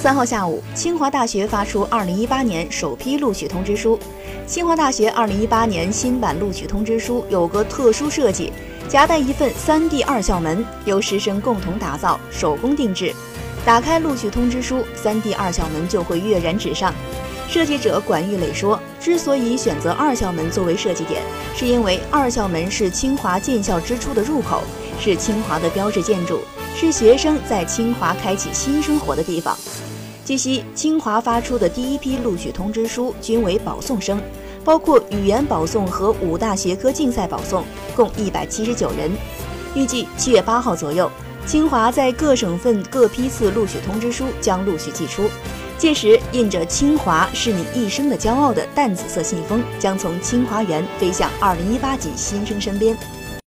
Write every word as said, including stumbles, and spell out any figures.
三号下午，清华大学发出二零一八年首批录取通知书。清华大学二零一八年新版录取通知书有个特殊设计，夹带一份 三 D 二校门，由师生共同打造，手工定制。打开录取通知书 ，三 D 二校门就会跃然纸上。设计者管玉磊说，之所以选择二校门作为设计点，是因为二校门是清华建校之初的入口，是清华的标志建筑，是学生在清华开启新生活的地方。据悉，清华发出的第一批录取通知书均为保送生，包括语言保送和五大学科竞赛保送，共一百七十九人。预计七月八号左右，清华在各省份各批次录取通知书将陆续寄出，届时印着“清华是你一生的骄傲”的淡紫色信封将从清华园飞向二零一八级新生身边。